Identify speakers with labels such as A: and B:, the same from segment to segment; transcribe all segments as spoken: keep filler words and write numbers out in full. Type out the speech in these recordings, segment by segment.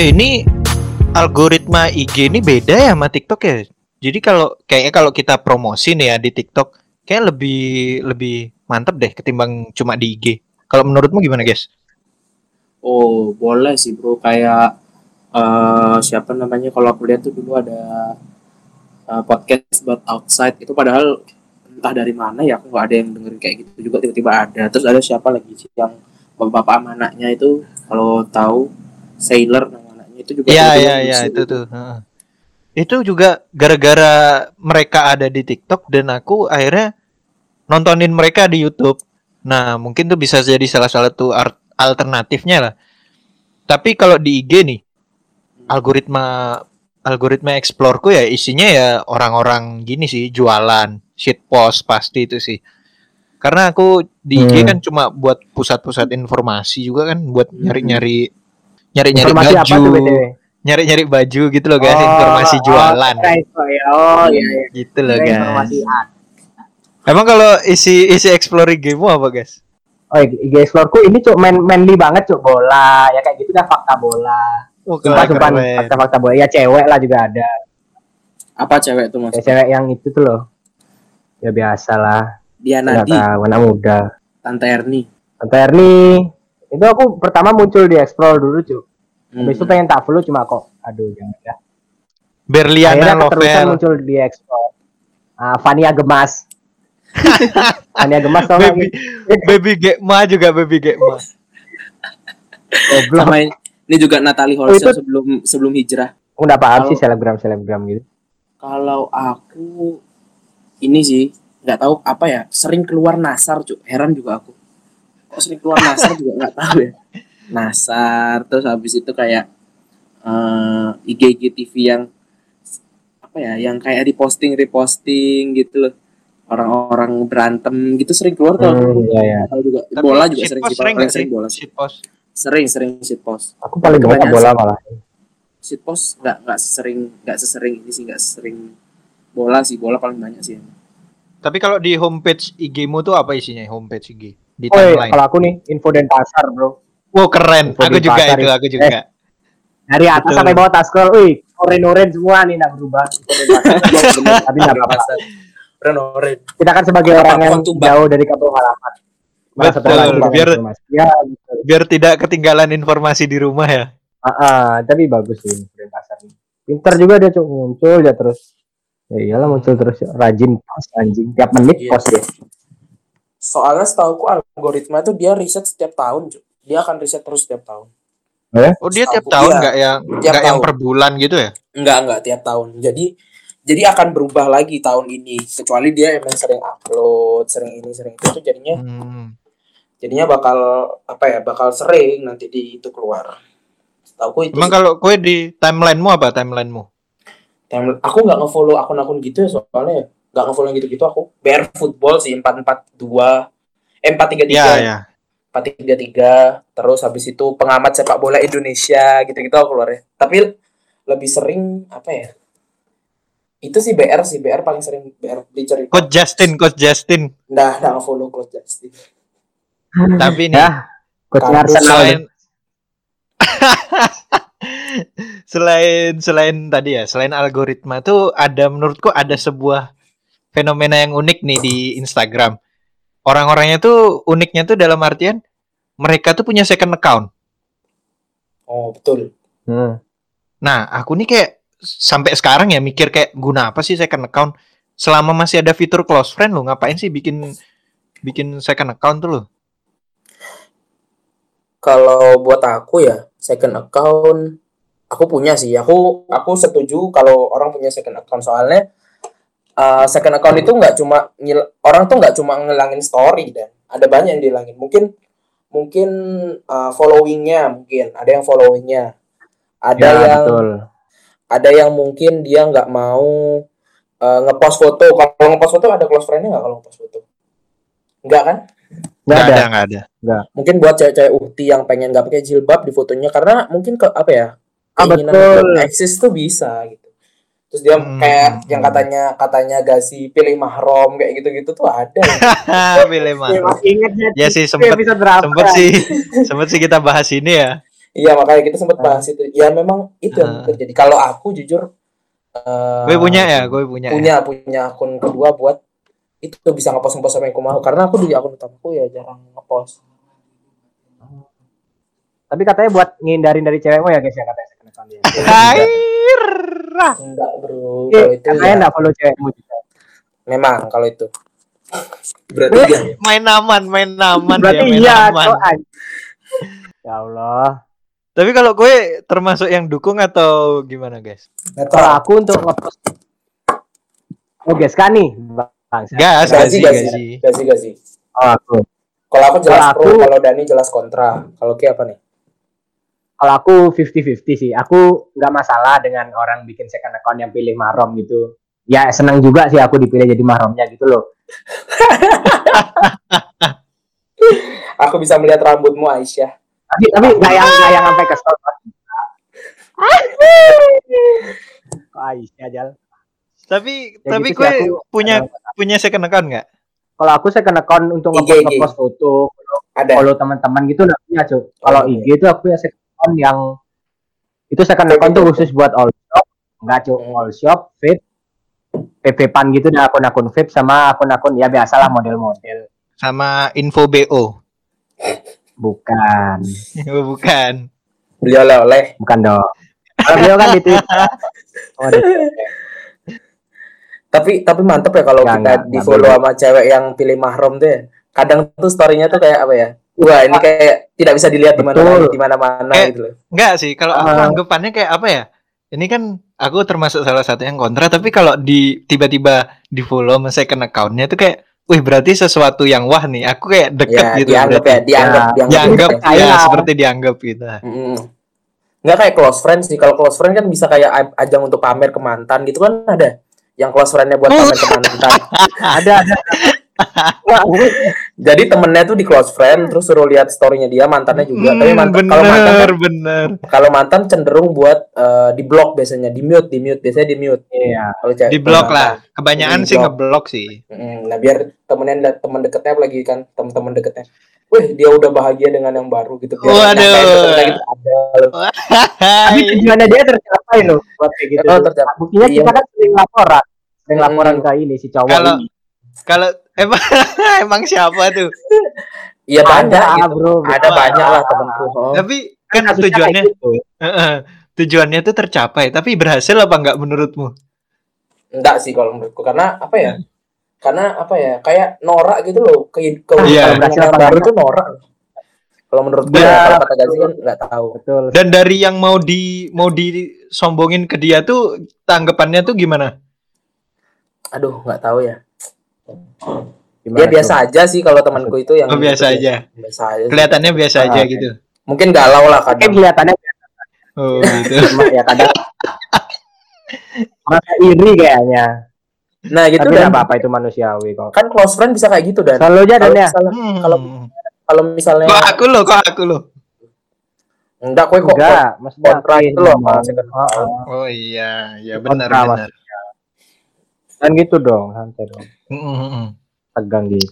A: Eh ini algoritma I G ini beda ya sama TikTok ya. Jadi kalau kayaknya kalau kita promosi nih ya di TikTok kayak lebih lebih mantep deh ketimbang cuma di I G. Kalau menurutmu gimana, guys?
B: Oh, boleh sih, Bro. Kayak eh siapa namanya? Kalau aku lihat tuh dulu ada eh, podcast about outside itu padahal entah dari mana ya aku nggak ada yang dengerin kayak gitu juga tiba-tiba ada. Terus ada siapa lagi sih yang bapak-bapak sama anaknya itu kalau tahu Sailor nama anaknya itu juga
A: Iya
B: tiba-tiba
A: iya iya
B: muncul
A: itu
B: gitu.
A: tuh. Heeh. Itu juga gara-gara mereka ada di TikTok dan aku akhirnya nontonin mereka di YouTube. Nah, mungkin tuh bisa jadi salah satu art- alternatifnya lah. Tapi kalau di I G nih, algoritma algoritma explore-ku ya isinya ya orang-orang gini sih, jualan, shitpost pasti itu sih. Karena aku di I G kan
C: Hmm.
A: cuma buat pusat-pusat informasi juga kan, buat
B: Hmm.
A: nyari-nyari nyari-nyari
C: Informasi
A: baju,
C: apa tuh B T W?
A: nyari-nyari baju gitu loh guys,
C: Oh,
A: informasi jualan.
C: Oh, right, oh, ya. Oh, iya, iya.
A: Gitu loh
C: Ada
A: guys.
C: informasi A.
A: Emang kalau isi isi explore I G-mu apa guys?
C: Oh, I G Explore-ku ini cuk main manly banget cuk, bola. Ya kayak gitu dah, fakta bola.
A: Oh,
C: Sumpah-sumpah
A: keren.
C: fakta-fakta bola. Ya cewek lah juga ada.
B: Apa cewek tuh
C: Ya,
B: maksudnya?
C: cewek yang itu tuh loh. Ya biasalah.
B: Dia
C: Nggak
B: Nadi,
C: tahu, anak muda.
B: Tante Erni.
C: Tante Erni. Itu aku pertama muncul di Explore dulu cuk.
B: Hmm.
C: Habis itu pengen tak follow cuma kok. Aduh, jangan ya.
A: Berliana
C: Akhirnya keterusan
A: Lovel.
C: muncul di Explore. Ah, Fania Gemas. Fania Gemas tau nggak?
A: Baby Baby Gekma juga Baby Gekma.
C: Goblok.
B: Sama ini juga Natalie
C: Oh,
B: Holscher
C: itu-
B: sebelum sebelum hijrah.
C: Aku nggak paham
B: Kalau-
C: sih selebgram selebgram gitu.
B: Kalau aku ini sih nggak tahu apa ya, sering keluar Nasar, Cuk. Heran juga aku. Kok sering keluar Nasar juga nggak tahu ya. Nasar, terus habis itu kayak eh I G G T V yang apa ya, yang kayak reposting reposting gitu loh. Orang-orang berantem gitu sering keluar tuh.
C: Hmm, iya ya.
B: Kalau juga
A: Tapi
B: bola juga sering
A: shitpost
B: sih,
A: sering
B: paling
A: nggak
B: sering
A: sih?
B: bola sih.
A: Shitpost.
B: Sering sering shitpost.
C: Aku paling banyak
B: Kebanyakan
C: bola
B: sih.
C: malah.
B: Shitpost nggak nggak sering nggak sesering ini sih, nggak sering bola sih, bola paling banyak sih.
A: Tapi kalau di homepage I G-mu tuh apa isinya homepage I G? Di
C: Oh, iya,
A: timeline.
C: kalau aku nih info dan pasar bro.
A: Wow, keren.
C: Info
A: Aku
C: di
A: juga
C: pasar
A: itu,
C: itu.
A: aku juga.
C: Dari atas
A: Betul.
C: sampai bawah tas scroll, wih, oren-oren semua nih nak berubah. Info dan pasar. Tapi nggak apa-apa.
B: Renorin.
C: Kita kan sebagai
B: Apa,
C: orang yang
B: pohon tumbang.
C: jauh dari kampung halaman. Merasa
A: Betul,
C: terbantu dengan
A: biar-
C: informasi. Ya, gitu.
A: Biar tidak ketinggalan informasi di rumah ya.
C: Ah, ah, tapi bagus sih info dan pasar ini. Pinter juga dia cuk muncul ya terus. Ya iyalah muncul terus rajin post anjing tiap menit
B: Iya.
C: post dia.
B: Soalnya setauku algoritma itu dia riset setiap tahun, Cuk. Dia akan riset terus setiap tahun.
A: Oh, dia tiap
B: Setahu-
A: tahun
B: iya,
A: nggak yang
B: tiap
A: nggak yang
B: tahun.
A: per bulan gitu ya?
B: Enggak, enggak tiap tahun. Jadi jadi akan berubah lagi tahun ini. Kecuali dia emang sering upload, sering ini, sering itu, tuh jadinya
A: Hmm.
B: jadinya bakal apa ya? Bakal sering nanti di itu keluar. Setauku itu.
A: Emang
B: sih.
A: kalau kue di timelinemu apa timelinemu?
B: Time- aku nggak ngefollow akun-akun gitu ya, soalnya nggak ngefollow yang gitu-gitu aku. Bear football sih empat empat dua, eh empat tiga tiga.
A: Ya ya.
B: empat tiga tiga, terus habis itu pengamat sepak bola Indonesia gitu-gitu aku keluar ya. Tapi lebih sering apa ya? Itu sih B R sih, B R paling sering B R dicari.
A: Coach Justin, Coach Justin.
B: Nah, nah follow Coach Justin.
A: Tapi nih
C: Ya, coach
B: Kardus
C: Arsenal.
A: selain selain selain tadi ya, selain algoritma tuh ada menurutku ada sebuah fenomena yang unik nih di Instagram. Orang-orangnya tuh uniknya tuh dalam artian mereka tuh punya second account.
B: Oh, betul.
C: Hmm.
A: Nah, aku nih kayak sampai sekarang ya mikir kayak guna apa sih second account? Selama masih ada fitur close friend lo ngapain sih bikin bikin second account tuh lo?
B: Kalau buat aku ya, second account aku punya sih. Aku aku setuju kalau orang punya second account soalnya uh, second account itu nggak cuma ngil- orang tuh nggak cuma ngelangin story dan ada banyak yang dihilangin. Mungkin mungkin uh, followingnya mungkin ada yang followingnya, ada
C: Ya,
B: yang
C: betul.
B: ada yang mungkin dia nggak mau uh, ngepost foto. Kalau ngepost foto ada close friend-nya nggak kalau ngepost foto? Nggak kan?
C: Nggak ada.
A: nggak ada.
B: Mungkin buat cewek-cewek uhti yang pengen nggak pakai jilbab di fotonya karena mungkin ke apa ya,
C: Ah,
B: keinginan
C: betul.
B: untuk eksis tuh bisa gitu. Terus dia
A: Hmm.
B: kayak yang katanya katanya Gazi pilih mahram kayak gitu-gitu tuh ada.
A: Pilih mah.
C: Ya, masih ingat ya,
A: Ya sih
C: itu
A: sempet
C: episode berapa?
A: sempet sih sempet sih kita bahas ini ya.
B: Iya, makanya kita sempat bahas itu. Ya memang itu yang
A: Ah.
B: terjadi. Kalau aku jujur eh,
A: Gue punya ya, gue punya.
B: punya
A: ya.
B: punya akun kedua buat itu bisa ngepost ngepost apa yang aku mau, karena aku di akun utamaku ya jarang ngepost.
C: Tapi katanya buat ngindarin dari cewekmu ya guys ya katanya second account dia.
A: Air.
B: Enggak bro,
C: Iya,
B: kalau itu
C: katanya
B: ya,
C: enggak follow cewekmu juga.
B: memang kalau itu berarti
C: Eh,
B: dia
A: Main aman, main aman
C: Berarti
A: dia, main
C: iya,
A: aman.
C: Cok, anjing. Ya Allah.
A: Tapi kalau gue termasuk yang dukung atau gimana, guys?
B: nggak
C: Kalau
B: tahu.
C: aku untuk ngepost Oh, guys kan nih, Bang.
A: Gas,
B: Gaji,
A: gaji,
B: gaji,
A: gaji.
B: gaji, gaji.
C: Oh, aku.
B: Kalau aku jelas
C: Kalau
B: pro,
C: aku-
B: kalau Dani jelas kontra. Kalau Ki apa nih?
C: Kalau aku fifty fifty sih. Aku nggak masalah dengan orang bikin second account yang pilih mahram gitu. Ya senang juga sih aku dipilih jadi mahramnya gitu loh.
B: Aku bisa melihat rambutmu, Aisyah.
C: Tapi tapi nggak yang nggak yang sampai kesel. Kok Aisyah Jal.
A: Tapi
C: Ya
A: tapi
C: gitu sih,
A: gue
C: aku
A: punya
C: ada-
A: punya second account nggak?
C: Kalau aku second account untuk
B: I G,
C: ngepost
B: I G.
C: ngepost foto,
B: Ada.
C: follow teman-teman gitu nggak punya cuy. Kalau
B: Oh,
C: I G itu aku ya second account yang itu second
B: Kayak
C: account tuh
B: gitu.
C: khusus buat all shop, nggak cuy,
B: Hmm.
C: all shop, vape, P V Pan gitu dan akun-akun vape sama akun-akun ya biasalah model-model.
A: Sama info B O.
C: Bukan,
A: Oh, bukan.
B: Beli oleh-oleh.
C: bukan dong. Kalau beliau kan di Twitter. Oh, di Twitter.
B: Tapi tapi mantep ya kalau
C: Nggak,
B: kita
C: nggak,
B: di
C: nggak
B: follow
C: boleh.
B: sama cewek yang pilih mahram tuh ya. Kadang tuh story-nya tuh kayak apa ya? Wah, ini kayak tidak bisa dilihat di mana
C: Betul.
B: di mana-mana
A: Kayak-
B: gitu loh.
A: Enggak sih, kalau aku
C: Ah.
A: anggapannya kayak apa ya? Ini kan aku termasuk salah satu yang kontra, tapi kalau di tiba-tiba di follow sama second account-nya tuh kayak, wih berarti sesuatu yang wah nih. Aku kayak deket
B: Ya,
A: gitu
B: dianggap ya,
A: berarti.
B: dianggap,
C: Ya,
B: dianggap.
A: Dianggap
B: gitu.
C: percaya
A: ya
C: lah.
A: seperti dianggap gitu.
B: Mm-mm. Nggak kayak close friend sih. Kalau close friend kan bisa kayak aj- ajang untuk pamer ke mantan gitu kan ada. Yang close friend-nya buat pamer ke mantan.
C: Ada ada. Wah,
B: Jadi temennya tuh di close friend terus suruh lihat story-nya dia, mantannya juga. Tapi
A: Hmm,
B: mantan,
A: bener,
B: kalau mantan kan,
A: bener.
B: kalau mantan cenderung buat eh, di block biasanya, di mute, di mute biasanya di mute.
C: Iya.
B: Kalau cewek
A: Di blok
B: kalau
A: lah.
B: mantan.
A: Kebanyakan
B: Di
A: sih
B: blok.
A: ngeblok sih.
B: Mm, Nah biar temennya teman deketnya lagi kan teman-teman deketnya, wih dia udah bahagia dengan yang baru gitu. Biar
A: Waduh.
B: nyampein ke temennya gitu ada loh.
C: Tapi
A: Hai.
C: tujuannya dia tercapai loh buat kayak gitu.
B: Oh,
C: tuh.
B: tercapai.
C: Buktinya
B: Iya.
C: kita kan sering laporan, sering
B: Hmm.
C: laporan ke ini si cowok
A: Kalau
C: ini.
A: kalau emang emang siapa tuh?
B: Iya banyak
C: Ada,
B: gitu.
C: bro.
B: Ada
C: Ada.
B: banyak lah temanku. Oh.
A: Tapi kan
C: Kasusnya
A: tujuannya
C: kayak gitu.
A: Heeh. tujuannya tuh tercapai, tapi berhasil apa enggak menurutmu?
B: Enggak sih kalau menurutku, karena apa ya? Karena apa ya? Kayak norak gitu loh. Ke ke
A: Iya.
B: hubungan yang
C: Berhasil apa
B: baru
C: enggak?
B: tuh norak. Kalau menurutku
A: Dan-
B: ya, kalau kata Gazi kan nggak tahu.
C: Betul.
A: Dan dari yang mau di mau disombongin ke dia tuh tanggapannya tuh gimana?
B: Aduh, nggak tahu ya.
C: Gimana
B: Dia
C: tuh?
B: biasa aja sih kalau temanku itu yang
A: Oh, biasa
B: itu
A: aja.
B: Biasa aja. sih.
A: Kelihatannya biasa
B: Ah,
A: aja
B: oke.
A: gitu.
B: Mungkin galau lah
C: Kayak
B: kadang.
C: kelihatannya
A: Oh, gitu.
C: cuma ya kadang merasa iri kayaknya.
B: Nah, gitu
C: Tapi
B: dan
C: nggak apa-apa itu manusiawi kok.
B: kan close friend bisa kayak gitu dan
C: Selalu aja dan
B: kalau
C: ya.
B: misalnya
A: Hmm.
B: kalau kalau misalnya
A: Kok aku loh, kok aku loh.
B: enggak kue kok
C: Enggak, maksudnya
B: kontra
C: aku
B: itu loh
C: ngomong.
B: sama second
C: Oh,
B: account.
C: oh.
A: Oh iya, ya benar
C: Kontra,
A: benar.
C: Dan gitu dong, santai dong.
A: Mm-mm.
C: Tegang gitu.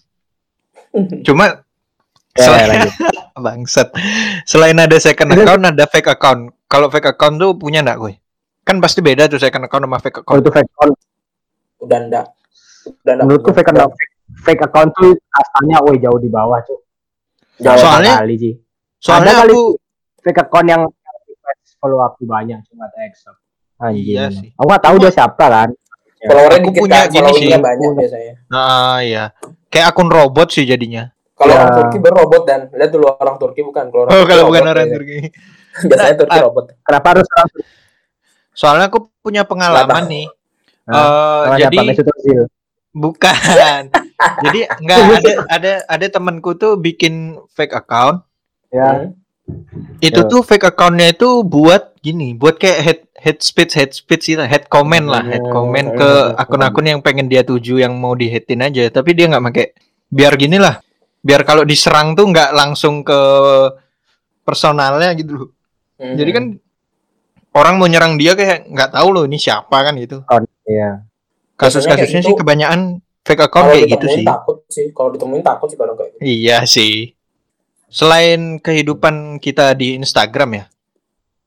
A: Cuma
C: Ya,
A: selain
C: lanjut.
A: bangsat. Selain ada second account, ada fake account. Kalau fake account tuh punya enggak gue? Kan pasti beda tuh second account sama fake
C: Kalau
A: account.
C: itu fake account,
B: Udah enggak. Udah enggak.
C: menurutku fake account, fake, fake account tuh asalnya, woi jauh di bawah cuy.
B: Jauh.
A: Soalnya-
C: kali sih.
A: Soalnya
C: Ada kali
A: aku
C: fake account yang follow aku banyak cuma tak accept. Anjing.
A: Iya sih.
C: Aku nggak tahu
A: Cuma-
C: dia siapa kan.
B: Followernya
A: Aku
B: dikit
A: punya
B: kan,
A: gini
B: followingnya
A: sih.
B: banyak biasanya.
A: nah ya kayak akun robot sih jadinya.
B: Kalau
C: Ya.
B: orang Turki berrobot dan lihat dulu orang Turki bukan kalau orang
A: Oh,
B: Turki
A: kalau bukan
B: robot
A: orang
B: biasanya.
A: Turki.
B: Biasanya Turki
A: Nah,
B: robot.
C: Kenapa harus orang
A: Soalnya aku punya pengalaman
B: Nggak
A: nih.
C: Nah,
A: Eh,
C: sama
A: jadi
C: siapa? Mesut Ozil.
A: bukan. Jadi enggak ada ada ada temanku tuh bikin fake account.
C: Ya.
B: Hmm.
A: Itu
C: Ya.
A: tuh fake accountnya itu buat gini, buat kayak head head speech, head speech itu, head comment lah, head comment ke akun-akun yang pengen dia tuju, yang mau dihitin aja. Tapi dia nggak pakai. Biar gini lah, biar kalau diserang tuh nggak langsung ke personalnya gitu loh.
B: Hmm.
A: Jadi kan orang mau nyerang dia kayak nggak tahu loh ini siapa kan gitu.
C: Iya.
A: Kasus-kasusnya
B: Biasanya kayak
A: sih
B: gitu.
A: kebanyakan fake account
B: kalau
A: kayak gitu
B: ditemuin
A: sih.
B: takut sih. Kalau ditemuin takut sih kalau kayak gitu.
A: Iya sih. Selain kehidupan kita di Instagram ya,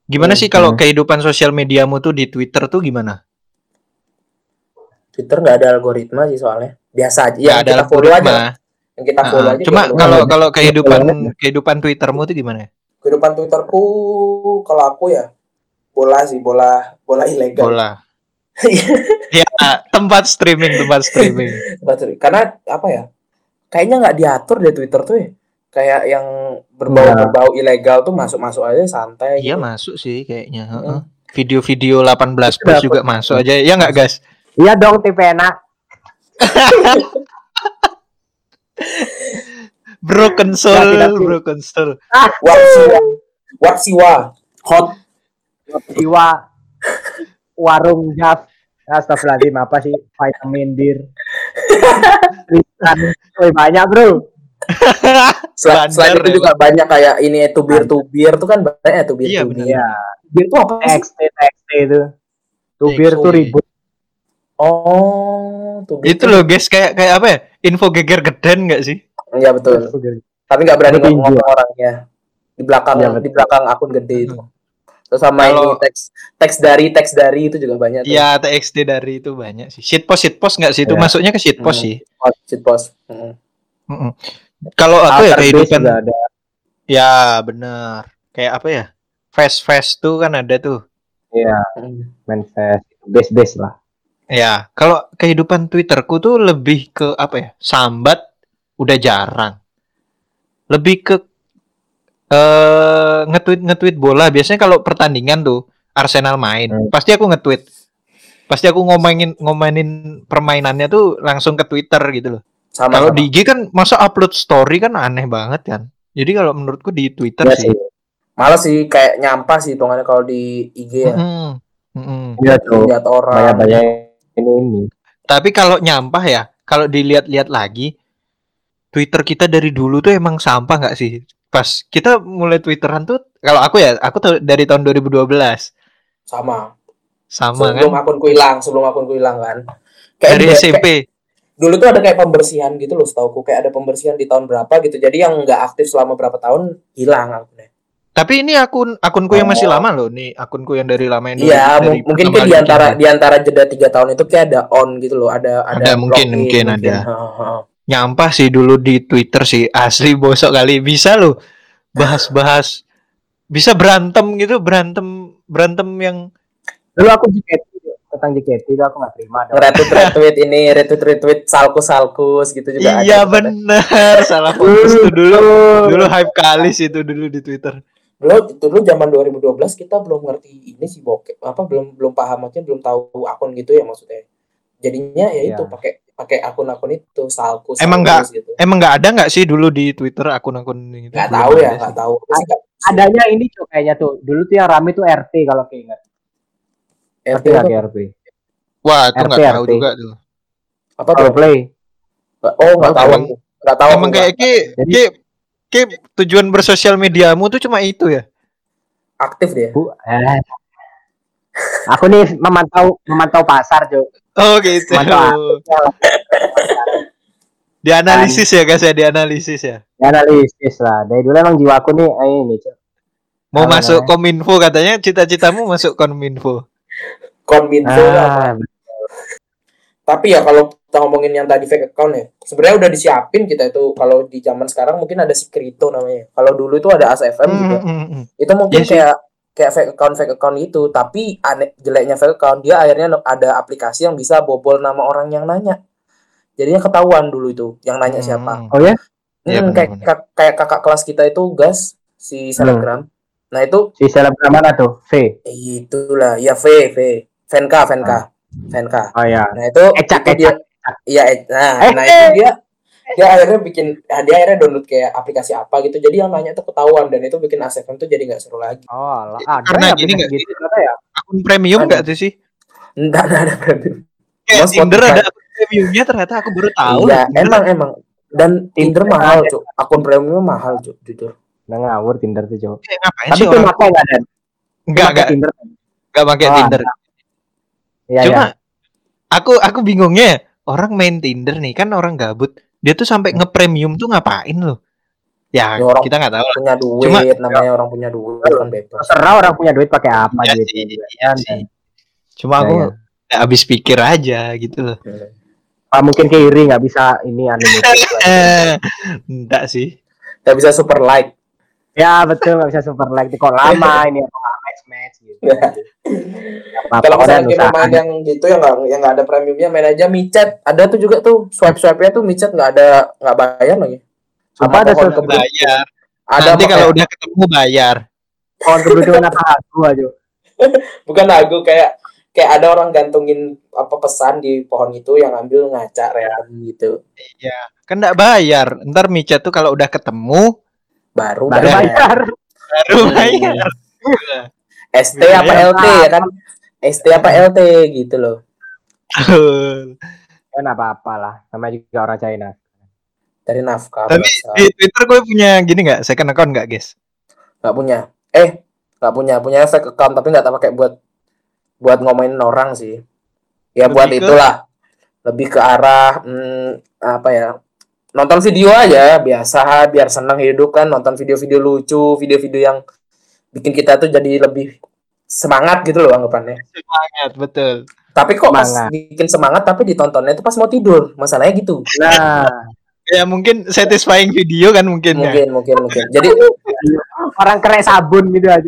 A: Gimana
B: Hmm.
A: sih kalau
C: Hmm.
A: kehidupan sosial mediamu tuh di Twitter tuh gimana?
B: Twitter nggak ada algoritma sih soalnya. Biasa aja.
A: Nggak
B: Yang
A: ada
B: kita follow aja.
A: algoritma.
B: Yang kita follow
A: Heeh.
B: aja
A: Cuma
B: dia keluar.
A: kalau
C: Iya,
A: kalau
C: iya,
A: kehidupan
C: iya.
A: kehidupan Twittermu tuh gimana?
B: Kehidupan Twitterku kalau aku ya bola sih, bola bola ilegal.
A: Bola. Ya, tempat streaming, tempat streaming.
B: Betul. Karena apa ya? Kayaknya nggak diatur deh Twitter tuh ya. Kayak yang
C: Nggak.
B: berbau-berbau ilegal tuh masuk-masuk aja santai
A: Iya
B: gitu.
A: masuk sih kayaknya. Heeh.
B: Mm-mm.
A: Video-video delapan belas
C: Itu
A: plus
C: dapet.
A: juga masuk aja. Ya nggak guys?
C: Iya dong, T V enak.
A: Broken
C: Tapi-
A: soul,
C: tapi-
A: broken soul.
B: Watsiwa, Watsiwa, hot.
C: Jiwa warung Jav. Astagfirullahaladzim, apa sih? Vitamin bir. Tristan. Woi, banyak bro.
B: Selain,
A: Bandar
B: selain itu
A: emang.
B: juga banyak kayak ini to beer to beer tuh kan banyak ya to beer
A: Iya,
B: to
A: benar.
B: beer.
C: Iya.
B: Beer tuh apa
C: T
B: sih?
C: X T T X T itu. Tubir
A: T X T.
C: tuh ribut.
B: Oh, to beer.
A: Itu loh guys, kayak kayak apa ya? Info geger geden nggak sih?
B: Iya betul. Tapi nggak berani
C: Betul,
B: ngomong
C: iya.
B: orangnya di belakang
C: Iya, betul.
B: di belakang akun gede itu. Terus sama
A: Kalau-
B: ini teks teks dari teks dari itu juga banyak tuh.
A: Iya, T X T dari itu banyak sih. Shitpost shitpost nggak sih? Itu
C: Iya.
A: masuknya ke shitpost
B: Hmm.
A: sih.
B: Post, shit post. Mm.
A: Mm-mm. Kalau aku ya
C: Alter base
A: kehidupan
C: juga ada.
A: ya benar. Kayak apa ya? Fast fast tuh kan ada tuh.
C: Iya,
B: Mm.
C: manifest. Base-base lah.
A: Ya, kalau kehidupan Twitterku tuh lebih ke apa ya? Sambat udah jarang. Lebih ke eh nge-tweet nge-tweet bola. Biasanya kalau pertandingan tuh Arsenal main,
C: Hmm.
A: pasti aku nge-tweet. Pasti aku ngomongin ngomainin permainannya tuh langsung ke Twitter gitu loh.
B: Sama
A: Kalau
B: sama.
A: di I G kan masa upload story kan aneh banget kan. Jadi kalau menurutku di Twitter
C: Iya
A: sih.
C: sih.
B: Malah sih kayak nyampah sih hitungannya kalau di I G ya.
A: Mm-mm. Mm-mm.
C: Iya tuh.
B: Lihat orang.
C: Banyak-banyak ini ini.
A: Tapi kalau nyampah ya, kalau dilihat-lihat lagi, Twitter kita dari dulu tuh emang sampah nggak sih? Pas kita mulai Twitteran tuh, kalau aku ya, aku tuh dari tahun dua ribu dua belas
B: Sama.
A: sama
B: Sebelum
A: kan,
B: akunku hilang, sebelum akunku hilang kan. Kayak
A: dari
B: kayak-
A: S M P.
B: dulu tuh ada kayak pembersihan gitu loh, setauku kayak ada pembersihan di tahun berapa gitu. Jadi yang nggak aktif selama berapa tahun hilang akunnya.
A: Tapi ini akun akunku yang masih
B: Oh.
A: lama loh, nih akunku yang dari lama yang
B: Iya,
A: dari
B: mu- mungkin
A: pertama
B: kayak
A: kali
B: di antara
A: bikin.
B: di antara jeda tiga tahun itu kayak ada on gitu loh, ada ada,
A: Ada, mungkin,
B: login,
A: mungkin ada.
B: Heeh.
A: Nyampah sih dulu di Twitter sih, asli bosok kali. Bisa loh bahas-bahas, bisa berantem gitu, berantem berantem yang
C: Dulu aku J K T tentang J K T itu aku nggak terima. dong.
B: Nge-retweet retweet ini, retweet retweet salkus salkus gitu juga
A: iya
B: ada.
A: bener, salah fokus tuh dulu. Dulu hype kali sih itu dulu di Twitter.
B: Dulu itu dulu zaman dua ribu dua belas kita belum ngerti ini sih bokep apa belum belum paham maksudnya belum tahu akun gitu ya maksudnya. Jadinya ya itu
C: Iya.
B: pakai pakai akun-akun itu salkus.
A: Emang
B: salkus gitu.
A: Emang nggak ada nggak sih dulu di Twitter akun-akun gitu?
B: Nggak
A: Belum
B: tahu ya,
A: ada
B: nggak
A: sih.
B: tahu. Apa sih, Kak?
C: Adanya ini tuh kayaknya tuh. Dulu tuh yang rame tuh R T kalau keinget.
B: R
C: R
B: T
C: T nggak
B: itu
C: kayak R T?
A: Wah, itu
C: R T,
A: nggak tahu
C: R T.
A: juga tuh.
B: apa tuh?
C: Kalau play.
B: Oh, nggak
A: Oh,
B: tahu.
A: emang-
B: aku. Nggak tahu.
A: Emang
B: aku,
A: kayak
B: nggak.
A: ki,
C: Jadi-
A: ki, ki tujuan bersosial mediamu tuh cuma itu ya?
B: Aktif dia.
C: Bu, eh. Aku nih memantau memantau pasar, Jo.
A: Oh gitu.
C: Mantap.
A: Dianalisis ya guys ya, dianalisis ya.
C: Ya, analisis lah. Dari dulu emang jiwaku nih eh, ini, Jo.
A: Mau
C: Apa
A: masuk
C: namanya?
A: Kominfo katanya, cita-citamu masuk Kominfo.
B: Kominfo
C: Ah,
B: apa? Tapi ya kalau kita ngomongin yang tadi fake account ya, sebenarnya udah disiapin kita itu kalau di zaman sekarang mungkin ada si Krito namanya. Kalau dulu itu ada A S F M juga.
A: Hmm, hmm, hmm.
B: Itu mungkin
A: Iya sih.
B: kayak kayak fake account fake account itu, tapi aneh jeleknya fake account dia akhirnya ada aplikasi yang bisa bobol nama orang yang nanya. Jadinya ketahuan dulu itu yang nanya
A: Hmm.
B: siapa.
C: Oh ya?
A: Iya,
B: Hmm, kayak,
A: benar-benar.
B: kak- kayak kakak kelas kita itu gas si Telegram. Nah itu
C: Si selebgram mana tuh? V.
B: itulah ya V V Venka Venka Venka.
C: Oh ya.
B: Nah itu
C: Ecak,
B: itu dia iya eh, nah
C: Eh,
B: nah
C: eh.
B: itu dia dia akhirnya bikin nah, dia akhirnya download kayak aplikasi apa gitu jadi yang nanya tuh ketahuan dan itu bikin A S F M tuh jadi nggak seru lagi.
C: Oh, alah. Ada
A: Karena
C: ya
A: gini
C: aplikasi
A: nggak
C: gitu ternyata ya.
A: Akun premium
B: Ada.
A: nggak tuh sih?
B: Enggak enggak ada premium.
A: Kayak
B: Mas,
A: Tinder
B: Spotify.
A: ada akun premiumnya ternyata aku baru tahu.
B: Iya
A: Tinder.
B: emang emang dan Tinder
C: Tinder
B: mahal
C: ada.
B: cuk akun premium mahal cuk jujur.
C: Udah ngawur Tinder tuh, Jo.
A: Kayak ngapain
C: Tapi
A: sih
C: tuh
A: orang?
C: pakai enggak ada?
A: Enggak, enggak,
C: Tinder.
A: enggak pakai
C: Oh,
A: Tinder.
C: Iya,
A: Cuma
C: ya.
A: aku aku bingungnya orang main Tinder nih kan orang gabut. Dia tuh sampai nge-premium tuh ngapain loh? Ya,
B: Ya, orang
A: kita nggak tahu lah.
B: punya duit,
A: Cuma
B: namanya orang punya duit kan bebas.
C: Terserah orang punya duit pakai apa
A: ya
C: duit.
A: sih, iya sih. Cuma
C: Ya,
A: aku
C: ya.
A: nggak habis pikir aja gitu loh.
C: Ah, mungkin ke iri nggak bisa ini unlimited.
A: Enggak sih.
B: Nggak bisa super like.
C: Ya betul, nggak bisa super like kok lama ini match match gitu.
B: Kalau misalnya kita main yang gitu yang nggak yang nggak ada premiumnya, main aja micet. Ada tuh juga tuh swipe swipe nya tuh micet nggak ada nggak bayar lagi.
C: Apa ada
B: pohon
C: swipe
A: bayar?
B: Ada
A: Nanti kalau
B: kayak,
A: udah ketemu bayar.
C: pohon keberuntungan apa aku aja?
B: bukan lagu kayak kayak ada orang gantungin apa pesan di pohon itu yang ambil ngaca random gitu.
A: Iya, kan nggak bayar. Ntar micet tuh kalau udah ketemu
B: Baru
C: Baru
B: bayar.
C: bayar.
A: baru bayar.
B: S T apa L T ya kan? S T apa L T gitu loh.
C: Kan apa-apa lah, sama juga orang China.
B: Dari nafkah.
A: Tapi
B: berasa.
A: di Twitter gue punya gini nggak? Second account nggak, guys?
B: Nggak punya. Eh, nggak punya. Punya fake account tapi nggak tahu pakai buat buat ngomongin orang sih. Ya
A: Lebih
B: buat
A: ke-
B: itulah. Lebih ke arah hmm, apa ya? Nonton video aja biasa biar senang hidup kan, nonton video-video lucu, video-video yang bikin kita tuh jadi lebih semangat gitu loh anggapannya.
A: Semangat, betul.
B: Tapi kok pas
C: Semangat.
B: bikin semangat tapi ditontonnya itu pas mau tidur. Masalahnya gitu.
C: Nah,
A: Ya mungkin satisfying video kan mungkin, ya.
B: Mungkin mungkin mungkin. Jadi
C: orang keren sabun gitu aja.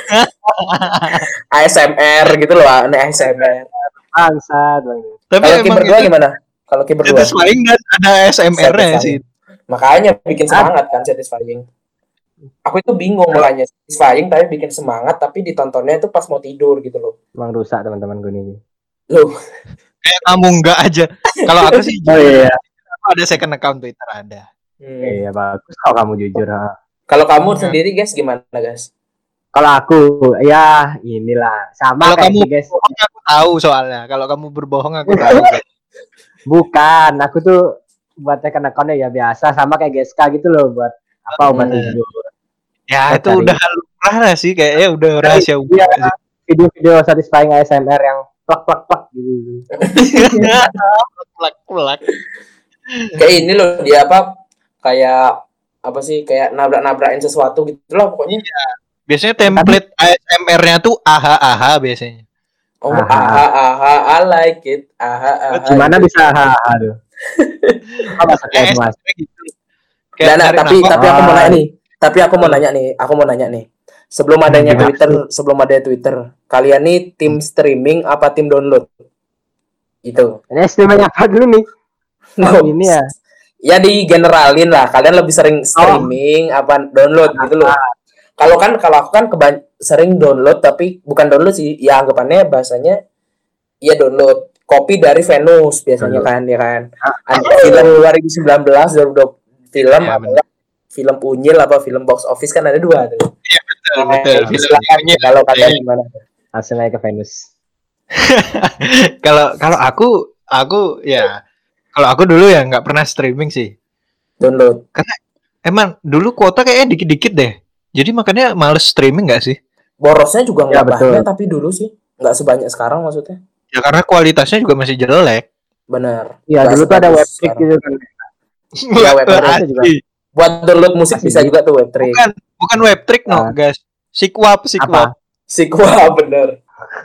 B: A S M R gitu loh, aneh A S M R.
C: Bangsat.
A: Tapi
B: Kalau Ki
A: emang
B: berdua
A: itu
B: gimana? Kalau Ki berdua
A: satisfying dan ada A S M R-nya sih.
B: makanya bikin semangat kan satisfying. Aku itu bingung makanya satisfying tapi bikin semangat tapi ditontonnya itu pas mau tidur gitu loh.
C: Emang rusak teman-teman gue ini.
B: Loh,
A: Kayak kamu enggak aja. Kalau aku sih
C: Oh iya.
A: aku ada second account Twitter ada.
B: hmm.
C: Iya bagus kalau kamu jujur. Ha.
B: Kalau kamu
A: Hmm.
B: sendiri guys gimana guys?
C: Kalau aku ya inilah sama
A: Kalau
C: kayak
A: kamu
C: sih, guys.
A: berbohong aku tahu soalnya. Kalau kamu berbohong aku tahu. guys.
C: Bukan, aku tuh buat second account ya biasa sama kayak G S K gitu loh buat apa obat
A: Hmm.
C: tidur.
A: Ya
C: Oh,
A: itu
C: cari.
A: udah lumrah lah sih kayaknya udah rahasia umum
C: Iya,
A: sih.
C: video-video satisfying A S M R yang plak plak plak gitu.
A: Plak-plak.
B: Kayak ini loh dia apa kayak apa sih kayak nabrak-nabrakin sesuatu gitu lah pokoknya.
A: Biasanya template A S M R-nya tuh aha aha biasanya.
B: Oh,
C: Aha.
B: aha aha I like it. Aha aha.
C: Gimana
B: gitu.
C: bisa hahaha tuh? Apa maksudnya itu, Mas?
A: gitu.
B: Nah, nah,
A: narik
B: tapi
A: nafas.
B: tapi aku mau
C: Ah.
B: nanya nih. Tapi aku mau nanya nih. Aku mau nanya nih. Sebelum adanya
C: Gimana?
B: Twitter, sebelum ada Twitter, kalian nih tim streaming apa tim download? Itu.
C: Ini estimanya apa dulu nih? Oh, ini ya.
B: Ya di generalin lah. Kalian lebih sering streaming apa download gitu loh. Kalau kan kalau aku kan keban- sering download tapi bukan download sih. Ya anggapannya bahasanya ya download kopi dari Venus biasanya kan ya kan. Ada film dua ribu sembilan belas dua ribu dua puluh film
A: Ya,
B: apa film Unyil apa film box office kan ada dua tuh.
A: Betul, betul.
B: Eh,
A: Film
B: silakan
A: Unyil.
B: kalau kalian gimana?
C: Langsung aja ke Venus.
A: Kalau kalau aku aku ya kalau aku dulu ya nggak pernah streaming sih.
B: Download.
A: Emang dulu kuota kayaknya dikit-dikit deh. Jadi makanya males streaming nggak sih?
B: Borosnya juga
C: Ya,
B: nggak
C: betul.
B: banyak tapi dulu sih nggak sebanyak sekarang maksudnya.
A: Ya karena kualitasnya juga masih jelek.
B: Benar.
C: Iya,
B: Nggak
C: dulu tuh ada
B: sebagus
C: webtrick
B: sekarang.
C: gitu kan.
B: Iya, web trick
C: itu juga.
A: Asli.
B: Buat download musik
C: Asli.
B: bisa juga tuh web trick.
A: Bukan bukan web trick no,
C: Ah.
A: guys. Sikwap, sikwap.
B: Sikwa bener.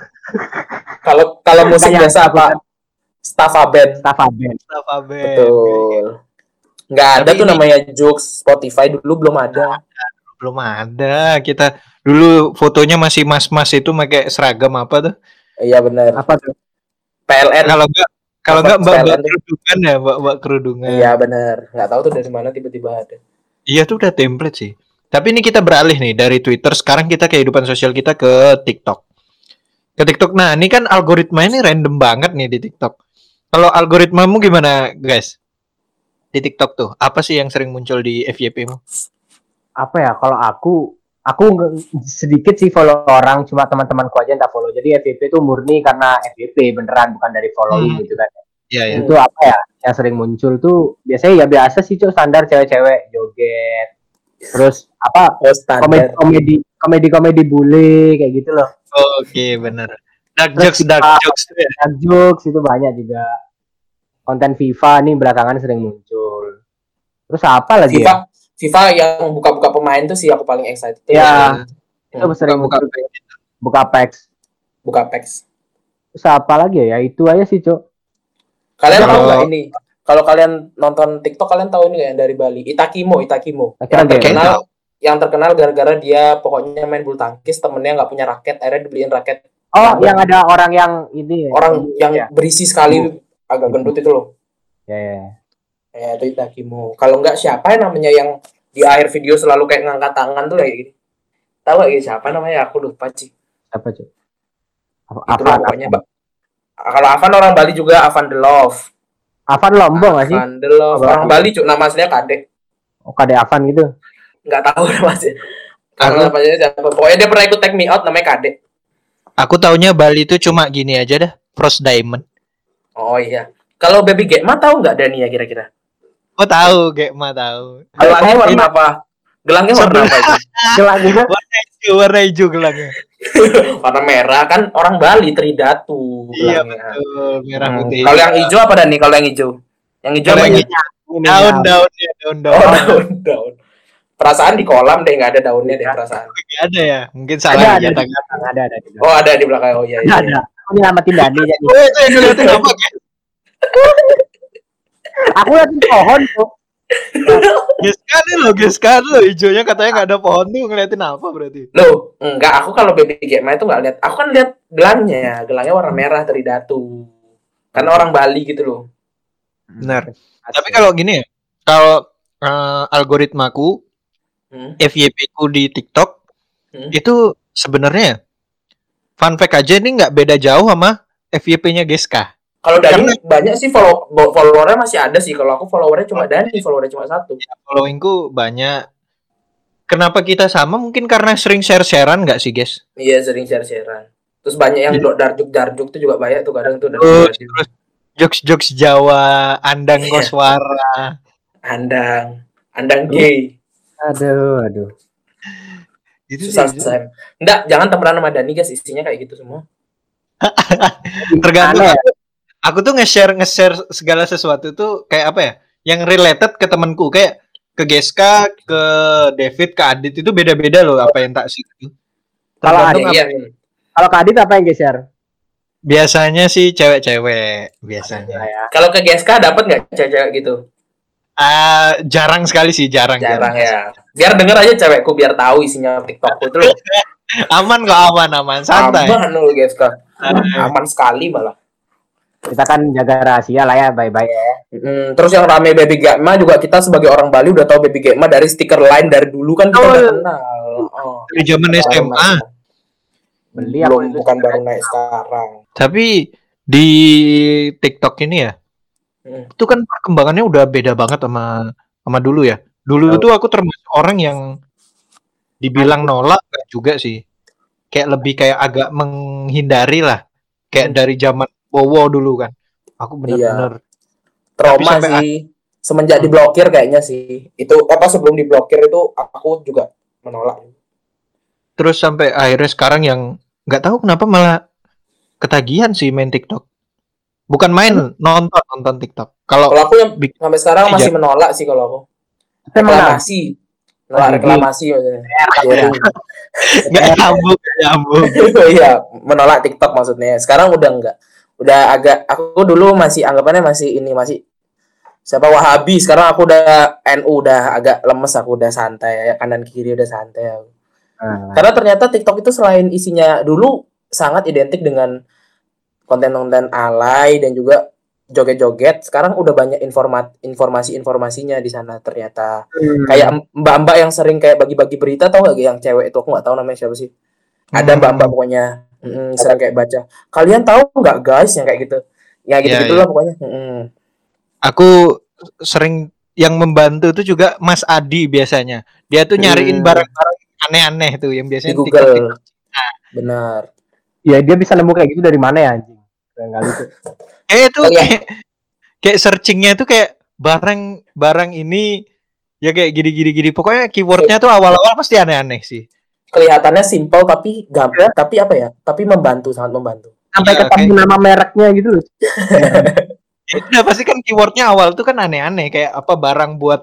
B: Kalau kalau musik
C: Banyak,
B: biasa apa? Staffa band.
C: Staff band.
A: Apa, Ben?
B: Betul. Nggak ada
A: Tapi
B: tuh
A: ini-
B: namanya Joox, Spotify dulu belum ada.
A: Belum ada. Kita dulu fotonya masih mas-mas itu pakai seragam apa tuh?
B: Iya bener.
C: Apa tuh?
B: P L N.
A: Kalau enggak kalau
B: Apa,
A: enggak mbak mbak
B: P L N tuh?
A: kerudungan ya, mbak mbak kerudungan.
B: Iya bener. Nggak tahu tuh dari mana tiba-tiba ada.
A: Iya tuh udah template sih. Tapi ini kita beralih nih dari Twitter, sekarang kita kehidupan sosial kita ke TikTok. Ke TikTok. Nah, ini kan algoritma ini random banget nih di TikTok. Kalau algoritmamu gimana, guys? Di TikTok tuh, apa sih yang sering muncul di F Y P-mu?
C: Apa ya? Kalau aku aku nge- sedikit sih follow orang, cuma teman-temanku aja yang tak follow. Jadi F Y P itu murni karena F Y P beneran, bukan dari following
A: Hmm.
C: gitu kan.
A: Iya, ya.
C: Itu apa ya? Yang sering muncul tuh biasanya ya biasa sih, Cuk, standar cewek-cewek joget. Terus apa?
B: Oh standar.
C: Komedi-komedi komedi-komedi bule kayak gitu loh.
A: Oke, bener. Dark
C: Terus
A: jokes, dark
C: kita-
A: jokes. tuh ya.
C: Dark jokes itu banyak juga. Konten FIFA nih belakangan sering muncul. Terus apa lagi
B: FIFA
C: ya?
B: FIFA yang buka-buka pemain tuh sih aku paling excited.
C: Ya, itu
B: Hmm.
C: sering
A: buka
C: buka buka packs.
B: Buka packs.
C: Terus apa lagi ya? Ya itu aja sih, Cok.
B: Kalian
A: Kalau-
B: tahu nggak ini? Kalau kalian nonton TikTok kalian tahu ini nggak yang dari Bali? Itakimo, Itakimo.
C: Akhirnya
B: Yang
C: game.
B: terkenal, yang terkenal gara-gara dia pokoknya main bulu tangkis, temennya nggak punya raket, akhirnya dibeliin raket.
C: Oh,
B: Nah,
C: yang ada orang yang ini.
B: Orang yang
C: ya.
B: berisi sekali, agak gendut itu loh.
C: Ya, ya.
B: Ya itu Itakimo. Kalau nggak siapa yang namanya yang di akhir video selalu kayak ngangkat tangan tuh kayak gini. Tahu nggak ya siapa namanya? Aku lupa sih.
C: Apa, Cok? Apa,
B: Itulah
C: Avan,
B: pokoknya.
C: Avan.
B: Ba- Kalau Avan orang Bali juga Avan the Love.
C: Avan Lombok nggak sih?
B: Avan the Love.
C: Oh,
B: Orang Bali cuk, nama aslinya Kadek.
C: Oh, Kade Avan gitu.
B: Nggak tahu nama aslinya. Karena
A: Aku-
B: namanya siapa? Pokoknya dia pernah ikut Take Me Out namanya Kadek.
A: Aku taunya Bali itu cuma gini aja dah, Frost Diamond.
B: Oh iya. Kalau Baby Gekma tahu nggak Dani ya kira-kira?
A: Oh tahu, Gekma tahu.
B: Gelangnya warna apa? Gelangnya warna apa itu?
C: Gelangnya
A: Warna hijau, warna hijau gelangnya.
B: Warna merah kan orang Bali Tridatu.
A: Iya
B: gelangnya.
A: betul, merah
B: Hmm.
A: putih.
B: Kalau yang hijau apa Dani? Kalau yang hijau? Yang hijau
A: Kalau
B: apa
A: yang
B: ya?
A: hijau,
C: ini
A: daun
C: ya.
A: daunnya, daun
B: Oh,
A: daun.
B: daun, daun. Perasaan di kolam deh, nggak ada daunnya deh perasaan.
A: Nggak ada ya, mungkin
C: Ada,
A: salah
C: ada,
A: ya.
C: ada, ada, ada.
B: Oh, ada di belakang. Oh iya,
C: Ada,
B: iya.
C: ada. Aku nyelamatin Dani jadi.
A: Oh itu yang ngeliatin apa? Guys?
C: Aku liatin pohon tuh.
A: Guys kan lo, guys kan lo, hijaunya katanya nggak ada pohon tuh ngeliatin apa berarti?
B: Loh, enggak, aku kalau Baby Gekma itu nggak lihat. Aku kan lihat gelangnya, gelangnya warna merah Tridatu. Karena orang Bali gitu loh.
A: Benar. Tapi kalau gini ya, kalau eh, algoritmaku
B: Hmm.
A: F Y P ku di TikTok
B: Hmm.
A: itu sebenarnya fun fact aja ini nggak beda jauh sama F Y P-nya Geska.
B: Kalau Dani banyak sih follow followernya masih ada sih. Kalau aku followernya cuma Dani, followernya cuma satu.
A: Followingku banyak. Kenapa kita sama? Mungkin karena sering share-sharean nggak sih, guys?
B: Iya, sering share-sharean. Terus banyak yang blok darjuk-darjuk tuh juga banyak tuh kadang tuh dari
A: Terus,
B: dari-
A: terus jokes-jokes Jawa, andang koswara.
B: andang, andang gay.
C: Aduh, aduh.
A: Itu
B: Susah
A: sih,
B: susah. Enggak, jangan temenan sama Dani guys, isinya kayak gitu semua.
A: tergantung
C: Aneh ya?
A: aku, aku tuh nge-share nge-share segala sesuatu tuh kayak apa ya? Yang related ke temanku kayak ke Geska, ke David, ke Adit itu beda-beda loh apa yang tak sih.
C: Kalau
A: Tergantung
B: Iya,
A: apa-
B: iya.
C: Kalau Kadit apa yang geser?
A: biasanya sih cewek-cewek biasanya.
C: Ya.
B: Kalau ke G S K dapat nggak cewek-cewek gitu?
A: Ah, jarang sekali sih, jarang.
B: Jarang ya. Biar denger aja cewekku biar tahu isinya TikTokku itu loh.
A: Aman kok, aman, aman, santai.
B: Aman loh G S K. Aman sekali malah.
C: Kita kan jaga rahasia lah ya, bye-bye ya.
B: Hmm, terus yang rame Baby Gekma juga kita sebagai orang Bali udah tahu Baby Gekma dari stiker line dari dulu kan kita
C: Oh,
B: udah
C: iya.
B: kenal. Oh.
A: Dari zaman S M A.
C: Beli
B: Belum,
C: aku itu
B: bukan
C: stiker
B: baru
C: aja.
B: naik sekarang.
A: Tapi di TikTok ini ya,
B: Hmm.
A: itu kan perkembangannya udah beda banget sama sama dulu ya. Dulu
C: Oh.
A: tuh aku termasuk orang yang dibilang nolak enggak juga sih. Kayak lebih kayak agak menghindari lah. Kayak
B: Hmm.
A: dari zaman Bowo dulu kan. Aku bener-bener
B: Trauma
A: Tapi sampai
B: sih. Semenjak diblokir kayaknya sih. Itu apa sebelum diblokir itu aku juga menolak.
A: terus sampai akhirnya sekarang yang nggak tahu kenapa malah ketagihan sih main TikTok. Bukan main, nonton nonton TikTok. Kalau
B: Kalau aku yang
A: Bik-
B: sampai sekarang masih
A: Iya.
B: menolak sih kalau aku.
C: Tapi emang
B: Reklamasi. Menolak
C: Oh,
B: reklamasi maksudnya. Sharing.
A: nggak nyambung, nggak nyambung.
B: Iya, menolak TikTok maksudnya. Sekarang udah enggak. Udah agak aku dulu masih anggapannya masih ini masih siapa Wahabi, sekarang aku udah N U udah agak lemes, aku udah santai, kanan kiri udah santai aku.
C: Nah,
B: Karena ternyata TikTok itu selain isinya dulu sangat identik dengan konten-konten alay dan juga joget-joget, sekarang udah banyak informat informasi-informasinya di sana ternyata.
C: hmm.
B: Kayak mbak-mbak yang sering kayak bagi-bagi berita, tau gak yang cewek itu, aku nggak tahu namanya siapa sih. Ada
A: Hmm.
B: mbak-mbak pokoknya mm, sering kayak baca. Kalian tahu nggak guys yang kayak gitu? Ya gitu
A: Iya,
B: gitulah pokoknya. Mm.
A: Aku sering yang membantu itu juga Mas Adi biasanya. Dia tuh nyariin
B: Hmm.
A: barang-barang aneh-aneh tuh yang
B: Di
A: biasanya
B: Google.
A: TikTok.
B: Benar.
C: Ya dia bisa nemu kayak gitu dari mana ya anjing? Keren kali tuh.
A: Eh itu
B: Oh, iya.
A: kayak kayak searchingnya itu kayak barang barang ini ya kayak gini-gini gini. Pokoknya keywordnya tuh awal-awal pasti aneh-aneh sih.
B: Kelihatannya simpel tapi gampang, tapi apa ya? Tapi membantu, sangat membantu.
C: Sampai
A: Iya,
C: ketemu nama mereknya gitu loh.
A: Ya, udah pasti kan keywordnya awal tuh kan aneh-aneh kayak apa barang buat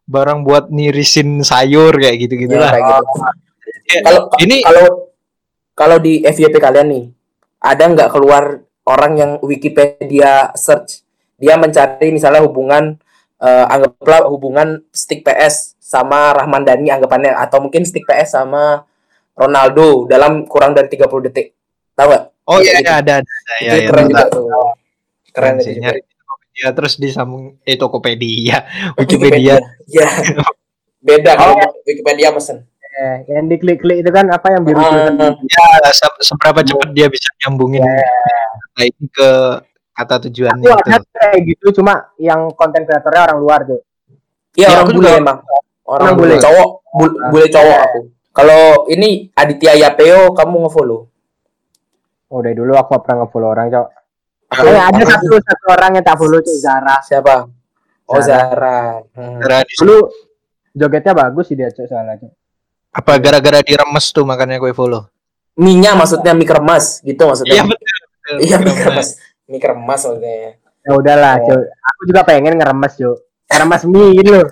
A: barang buat nirisin sayur kayak gitu-gitu
B: Ya,
A: lah.
B: kayak gitu.
A: Ya,
B: Kalau
A: ini
B: kalau kalau di F Y P kalian nih, ada nggak keluar orang yang Wikipedia search, dia mencari misalnya hubungan eh, anggaplah hubungan stick P S sama Rahman Dani anggapannya, atau mungkin stick P S sama Ronaldo dalam kurang dari tiga puluh detik. Tahu nggak?
A: oh
B: Kayak
A: iya
B: gitu.
A: ya, ada ada ada
B: Itu
A: ya, ya,
B: keren
A: tahu,
B: juga
A: tahu.
B: tuh. Keren
A: Keren
B: itu
A: sih
B: juga.
A: nyari Tokopedia terus disambung eh Tokopedia, Wikipedia.
B: Ya, beda
C: Oh,
B: kalau
C: ya.
B: Wikipedia mesen.
C: Eh, yang diklik-klik itu kan apa yang biru-biru kan?
B: Ah,
A: Ya, se- seberapa cepat dia bisa nyambungin
C: Ya.
A: kata ini ke kata tujuannya
C: Aku
A: itu.
C: ada kayak gitu, cuma yang konten kreatornya orang luar tuh.
B: Iya,
A: Ya,
B: orang
A: aku
B: bule
A: juga-
B: emang. Orang
C: Orang
B: bule.
C: bule.
B: Cowok, bul- bule cowok aku. Kalau ini Aditya Yapeo, kamu nge-follow?
C: Oh, dari dulu aku nggak pernah nge-follow orang, Cok.
B: Aku,
C: Eh, ada
B: aku-
C: satu satu orang yang tak follow, Cok, Zara.
B: siapa? Oh,
C: Zara.
B: Zara. Hmm.
A: Gara di-
C: Dulu jogetnya bagus sih dia, Cok, soalnya, Cok.
A: apa gara-gara diremes tuh makanya gue follow.
B: Mie-nya maksudnya mie kremes gitu maksudnya.
A: Iya betul. betul.
B: Iya, mie
A: Kremes.
B: kremes. Mie kremes maksudnya.
C: Ya udahlah,
B: Oh.
C: Cok. Aku juga pengen ngeremes, Cok. Ngeremes mie gitu loh.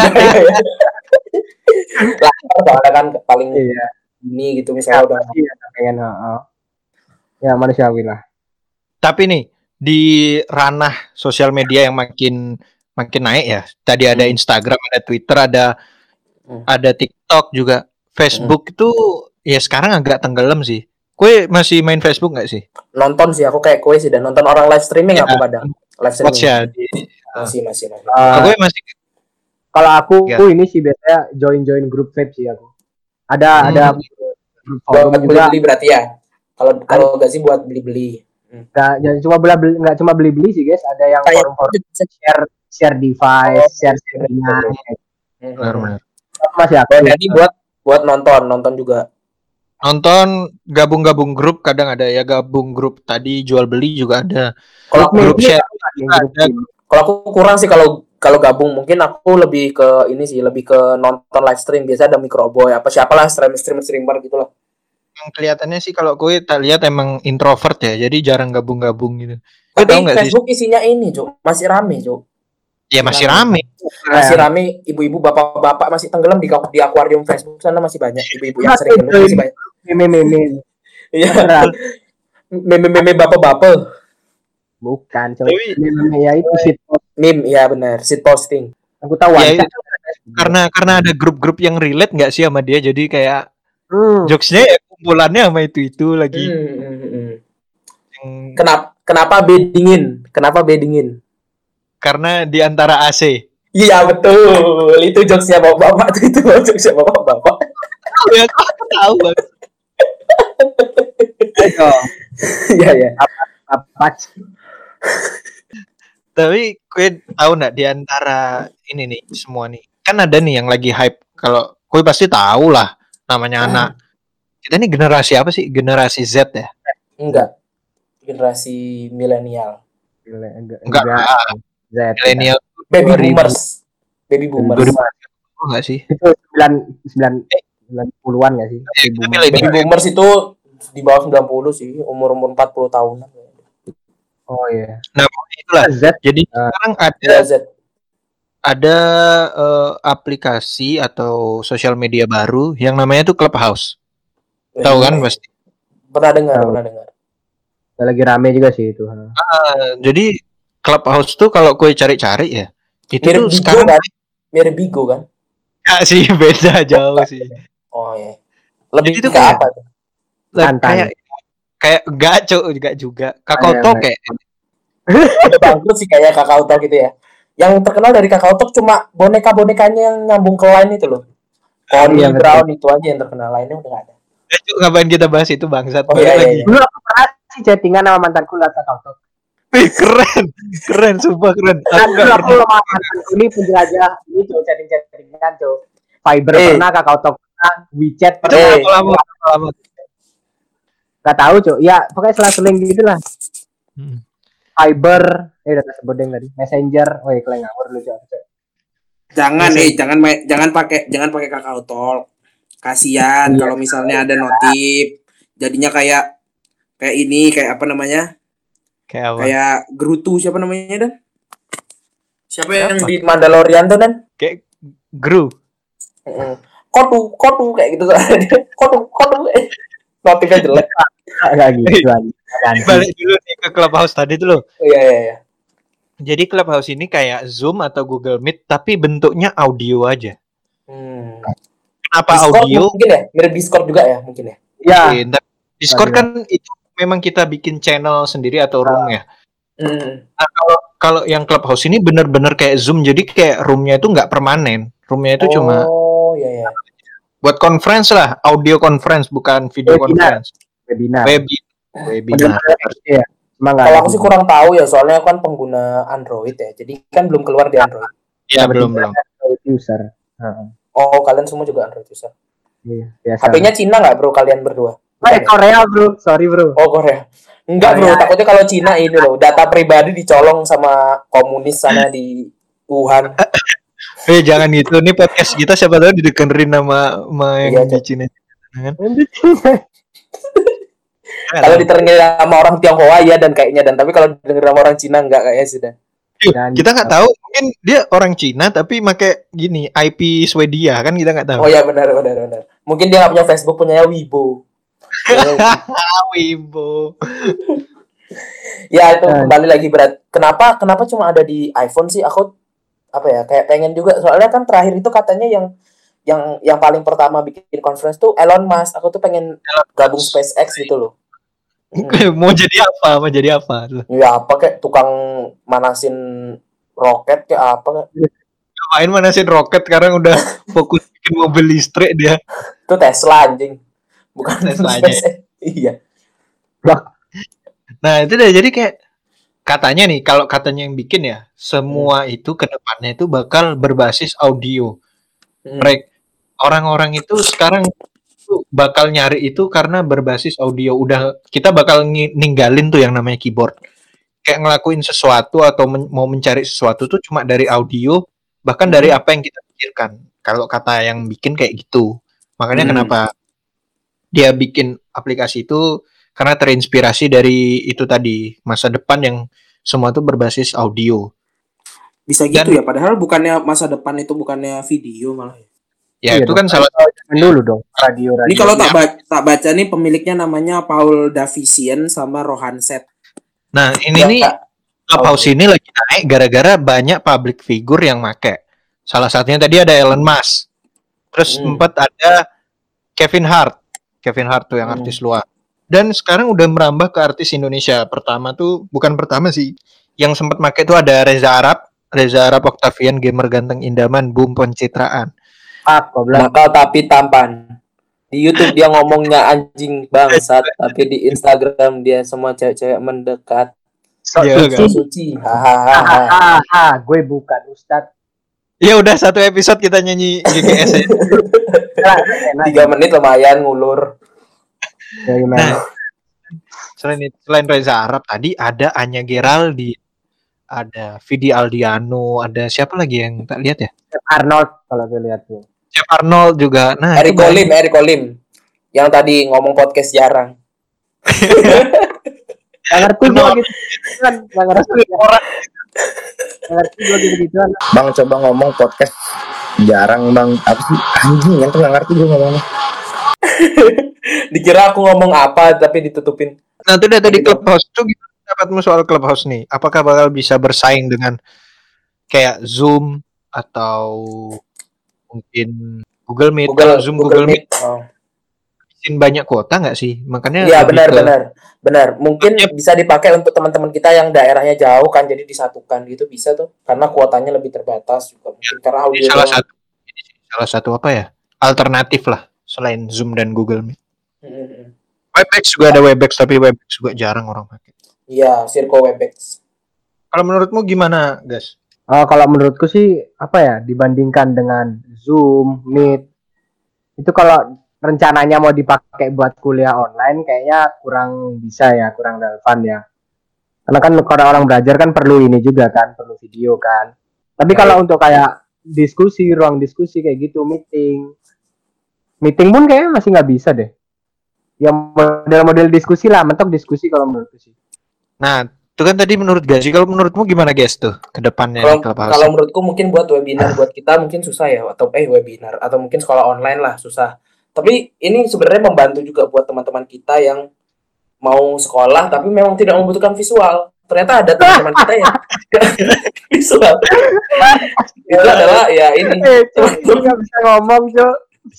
B: Lah, soalnya kan paling
C: Iya.
B: ini gitu misalnya udah.
C: Iya, pengen, heeh. Ya manusiawi lah.
A: Tapi nih di ranah sosial media yang makin makin naik ya. Tadi ada
B: Hmm.
A: Instagram, ada Twitter, ada
B: Hmm.
A: ada TikTok juga. Facebook itu ya sekarang agak tenggelam sih. Kue masih main Facebook nggak sih?
B: Nonton sih aku kayak kue sih dan nonton orang live streaming
A: Ya,
B: aku kadang. Live
A: Watch
B: streaming.
A: ya. Di,
B: Masih masih masih.
C: Eh,
A: gue masih
C: kalau aku
A: Ya.
C: ini sih biasanya join-join grup vape sih aku. Ada
A: Hmm.
C: ada grup forum
B: Buat
C: juga.
B: beli-beli berarti ya. Kalau kalau enggak sih buat beli-beli.
C: Nggak jangan cuma beli beli nggak cuma beli-beli sih guys. Ada yang
B: Kayak
C: forum-forum share share device, share settingan.
B: Hmm.
A: benar-benar.
C: Masih aku.
B: Oh, jadi buat buat nonton, nonton juga.
A: Nonton gabung-gabung grup kadang ada ya, gabung grup tadi jual beli juga ada.
B: Kalau
C: Grup
A: Grup
C: media
A: share
C: juga ada.
B: kalau aku kurang sih kalau kalau gabung mungkin aku lebih ke ini sih, lebih ke nonton live stream. Biasa ada Microboy apa siapalah stream stream streamer gitu loh.
A: yang kelihatannya sih kalau gue tak lihat emang introvert ya, jadi jarang gabung-gabung gitu. Gue
B: Tapi
A: tahu nggak sih?
B: Facebook isinya ini, Cuk. Masih rame, Cuk.
A: Ya masih rame.
B: Masih rame, ibu-ibu, bapak-bapak masih tenggelam di di akuarium Facebook sana masih banyak ibu-ibu yang sering gabung masih banyak.
C: Meme meme.
B: Iya.
C: Beneran.
B: Meme-meme bapak-bapak.
C: Bukan, coba.
A: Tapi-
C: Meme ya itu shit.
B: Meme, ya benar, shit posting.
C: Aku tahu
A: Ya,
C: Wanca.
A: Karena karena ada grup-grup yang relate nggak sih sama dia, jadi kayak
C: Hmm.
A: jokesnya ya kumpulannya sama itu itu lagi.
B: Hmm, hmm, hmm.
A: Yang,
B: Kenapa kenapa B dingin? Kenapa B dingin?
A: karena di antara A C.
B: Iya betul, itu jokesnya bapak-bapak tuh, itu jokesnya bapak-bapak.
A: Ya kok tahu banget.
C: Ayo,
B: Iya ya.
C: apa?
A: Tapi gue tahu nggak di antara ini nih semua nih, kan ada nih yang lagi hype. Kalau gue pasti tahu lah namanya anak. Kita ini generasi apa sih? Generasi Z ya?
B: Enggak. Generasi milenial.
C: Enggak.
A: Enggak,
C: Z.
A: milenial.
B: Baby
A: dua ribu.
B: boomers. Baby boomers.
A: dua ribu enggak sih?
C: Itu sembilan sembilan sembilan puluhan nggak sih?
A: Eh, kita
B: Baby
A: milenial.
B: boomers itu di bawah sembilan puluh sih, umur-umur empat puluh tahunan.
C: Oh iya.
A: Nah, pokoknya itulah.
C: Z.
A: Jadi
C: Ah.
A: sekarang ada
B: Ya, Z.
A: ada eh, aplikasi atau sosial media baru yang namanya tuh Clubhouse. Tahu kan pasti.
B: Pernah dengar,
C: Tahu.
B: pernah dengar.
C: Lagi rame juga sih itu.
A: Eh, jadi Clubhouse tuh kalau gue cari-cari ya, itu
B: Mirip
A: tuh
B: Bigo
A: sekarang
B: kan? Mirip Bigo kan?
A: enggak sih, beda jauh sih.
B: Oh iya. Lebih
A: Jadi itu
B: ke
A: kayak-
B: apa tuh?
C: Santai.
A: Kayak kayak enggak cuk, enggak juga. Kakao
C: Iya,
A: Talk
C: iya.
A: kayak
B: Udah bangkrut sih kayak Kakao Talk gitu ya. Yang terkenal dari Kakao Talk cuma boneka-bonekanya yang nyambung ke line itu loh. Connie
C: Iya, betul.
B: Brown itu aja yang terkenal, lainnya udah gak ada.
A: Eh, Cuk, ngapain kita bahas itu bangsat?
B: Oh,
A: Balik
B: iya, iya,
A: lagi.
B: iya.
C: Dulu aku pernah sih chattingan sama mantanku lewat Kakao.
A: Wih, keren. Keren, sumpah keren. Aku
C: Kan
A: enggak
C: dulu aku
A: pernah.
C: sama mantanku ini penjelajah ini tuh chatting-chattingan tuh. Fiber
B: Eh.
C: pernah, Kakao pernah, WeChat
A: Itu
C: pernah.
B: Eh.
A: berapa lama? Berapa lama?
C: Gak tahu cuy. Ya pokoknya selang-seling gitu lah.
A: Hmm.
C: Fiber, eh udah tersebut deh tadi. Messenger, oh iya kalian ngawur dulu cuy.
B: Jangan
A: Bisa.
B: eh jangan ma- jangan pakai jangan pakai Kakao Talk. Kasihan
C: Iya.
B: kalau misalnya ada notif jadinya kayak kayak ini kayak apa namanya?
A: Kayak apa?
B: Kayak Gerutu siapa namanya dan? Siapa yang
A: Siapa?
B: di Mandalorian tuh dan?
A: Kayak Gru.
B: Mm-mm. Kodu, kodu kayak gitu soalnya. Kodu, kodu. Eh. Notifnya jelek.
C: Enggak gitu lagi.
A: Balik dulu nih ke Clubhouse tadi tuh loh.
B: Iya, iya, iya.
A: Jadi Clubhouse ini kayak Zoom atau Google Meet tapi bentuknya audio aja.
B: Hmm.
A: Kenapa
B: Discord
A: audio?
B: mungkin ya, mirip Discord juga ya mungkin ya.
C: Ya,
A: Mungkin. Tapi Discord kan itu memang kita bikin channel sendiri atau room ya.
B: Hmm.
A: Nah, kalau kalau yang Clubhouse ini bener-bener kayak Zoom, jadi kayak roomnya itu nggak permanen. Roomnya itu
B: oh,
A: cuma
B: iya, iya.
A: buat conference lah, audio conference bukan video
C: Webinar.
A: conference.
C: webinar.
A: Webi- webinar.
C: Iya.
B: Kalau aku sih kurang tahu ya, soalnya aku kan pengguna Android ya, jadi kan belum keluar di Android.
A: Iya, belum belum.
C: Android user. Heeh.
B: Oh, kalian semua juga Android user.
C: Iya, biasa.
B: H P-nya Cina nggak bro kalian berdua?
C: Eh, Korea bro, sorry bro.
B: Oh, Korea. Enggak bro, takutnya kalau Cina ini loh, data pribadi dicolong sama komunis sana di Wuhan.
A: Eh jangan gitu, nih podcast kita siapa tahu didengerin sama sama yang
B: Iya,
A: di
B: Cok.
A: Cina. Kan?
B: Kalau didengerin sama orang Tionghoa ya dan kayaknya, dan tapi kalau didengerin sama orang Cina enggak kayaknya sudah.
C: Dan-
A: Kita nggak tahu, mungkin dia orang Cina tapi make gini I P Swedia kan kita nggak tahu.
B: Oh ya benar benar benar. Mungkin dia nggak punya Facebook, punya Weibo.
A: Ah, Weibo.
B: Ya itu kembali lagi berat. Kenapa kenapa cuma ada di iPhone sih? Aku apa ya kayak pengen juga. Soalnya kan terakhir itu katanya yang yang yang paling pertama bikin conference tuh Elon Musk. Aku tuh pengen gabung SpaceX gitu loh. Hmm.
A: Mau jadi apa? Mau jadi apa?
B: Ya apa kayak tukang manasin roket kayak apa kayak.
A: Ngapain manasin roket sekarang udah fokus bikin mobil listrik dia.
B: Itu Tesla anjing. Bukan
A: Tesla aja.
B: SpaceX. Iya.
A: Nah itu udah jadi kayak katanya nih kalau katanya yang bikin ya semua hmm. itu kedepannya itu bakal berbasis audio. Hmm. Mereka orang-orang itu sekarang itu bakal nyari itu karena berbasis audio. Udah kita bakal ninggalin tuh yang namanya keyboard. Kayak ngelakuin sesuatu atau men- mau mencari sesuatu tuh cuma dari audio, bahkan hmm. dari apa yang kita pikirkan. Kalau kata yang bikin kayak gitu. Makanya hmm. kenapa dia bikin aplikasi itu karena terinspirasi dari itu tadi, masa depan yang semua itu berbasis audio.
B: Bisa gitu dan, ya, padahal bukannya masa depan itu bukannya video malah ya.
A: Ya iya itu dong, kan salah
C: dulu dong radio radio.
B: Ini kalau tak baca, tak baca nih pemiliknya namanya Paul Davician sama Rohan Set.
A: Nah, ini nih Clubhouse okay. ini lagi naik gara-gara banyak public figure yang make. Salah satunya tadi ada Elon Musk. Terus hmm. empat ada Kevin Hart. Kevin Hart tuh yang hmm. artis luar. Dan sekarang udah merambah ke artis Indonesia. Pertama tuh, bukan pertama sih. Yang sempat make tuh ada Reza Arab. Reza Arab Octavian, gamer ganteng Indaman, boom pencitraan.
C: Aku
B: nakal tapi tampan. Di YouTube dia ngomongnya anjing bangsat, tapi di Instagram dia semua cewek-cewek mendekat.
C: So
A: ya,
C: suci.
B: suci. Hahaha.
C: Hahaha, gue bukan Ustadz.
A: Ya udah satu episode kita nyanyi G G S ya.
B: Tiga menit lumayan ngulur.
A: Nah, selain itu, selain Reza Arab tadi ada Anya Geraldine, ada Vidi Aldiano, ada siapa lagi yang tak lihat ya?
C: Chef Arnold kalau gue lihat tuh.
A: Chef Arnold juga. Nah,
B: Eric Olim, Eric Olim. Yang tadi ngomong podcast jarang.
C: Gak ngerti gue gitu kan, gak ngerti orang. Gak ngerti gue gitu kan.
B: Bang coba ngomong podcast jarang bang, apa sih anjing yang tuh gak ngerti gue ngomongnya. Dikira aku ngomong apa tapi ditutupin.
A: Nah itu dari gitu. Clubhouse tuh gimana pendapatmu soal Clubhouse nih? Apakah bakal bisa bersaing dengan kayak Zoom atau mungkin Google Meet?
B: Google,
A: Zoom,
B: Google, Google Meet, Meet.
A: Oh. bikin banyak kuota nggak sih? Makanya
B: iya benar
A: ke...
B: benar benar. Mungkin ya. Bisa dipakai untuk teman-teman kita yang daerahnya jauh kan, jadi disatukan gitu bisa tuh karena kuotanya lebih terbatas juga mungkin ya. Karena audio
A: salah doang. satu salah satu apa ya alternatif lah selain Zoom dan Google Meet. Hmm. Webex juga ada Webex tapi Webex juga jarang orang pakai.
B: Iya, Circo Webex.
A: Kalau menurutmu gimana, guys?
C: Oh, kalau menurutku sih apa ya dibandingkan dengan Zoom, Meet itu kalau rencananya mau dipakai buat kuliah online kayaknya kurang bisa ya, kurang relevan ya. Karena kan kalau orang belajar kan perlu ini juga kan, perlu video kan. Tapi kalau untuk kayak diskusi, ruang diskusi kayak gitu, meeting, meeting pun kayaknya masih nggak bisa deh. Yang model-model diskusi lah, mentok diskusi kalau menurutku sih.
A: Nah, Itu kan tadi menurut Gaji. Kalau menurutmu gimana guys tuh ke depannya
B: Kalau
A: nih Clubhouse?
B: kalau menurutku mungkin buat webinar buat kita mungkin susah ya, atau eh webinar atau mungkin sekolah online lah susah. Tapi ini sebenarnya membantu juga buat teman-teman kita yang mau sekolah tapi memang tidak membutuhkan visual. Ternyata ada teman-teman kita yang visual. Itu adalah ya ini.
C: Eh, Cuk, ini nggak bisa ngomong, Cuk.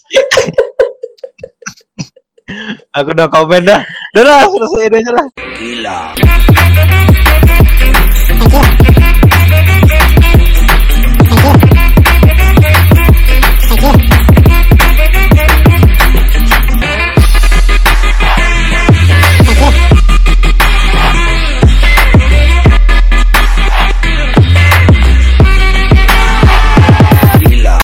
A: Aku udah komen dah. Udah lah, selesai aja lah.
D: Gila.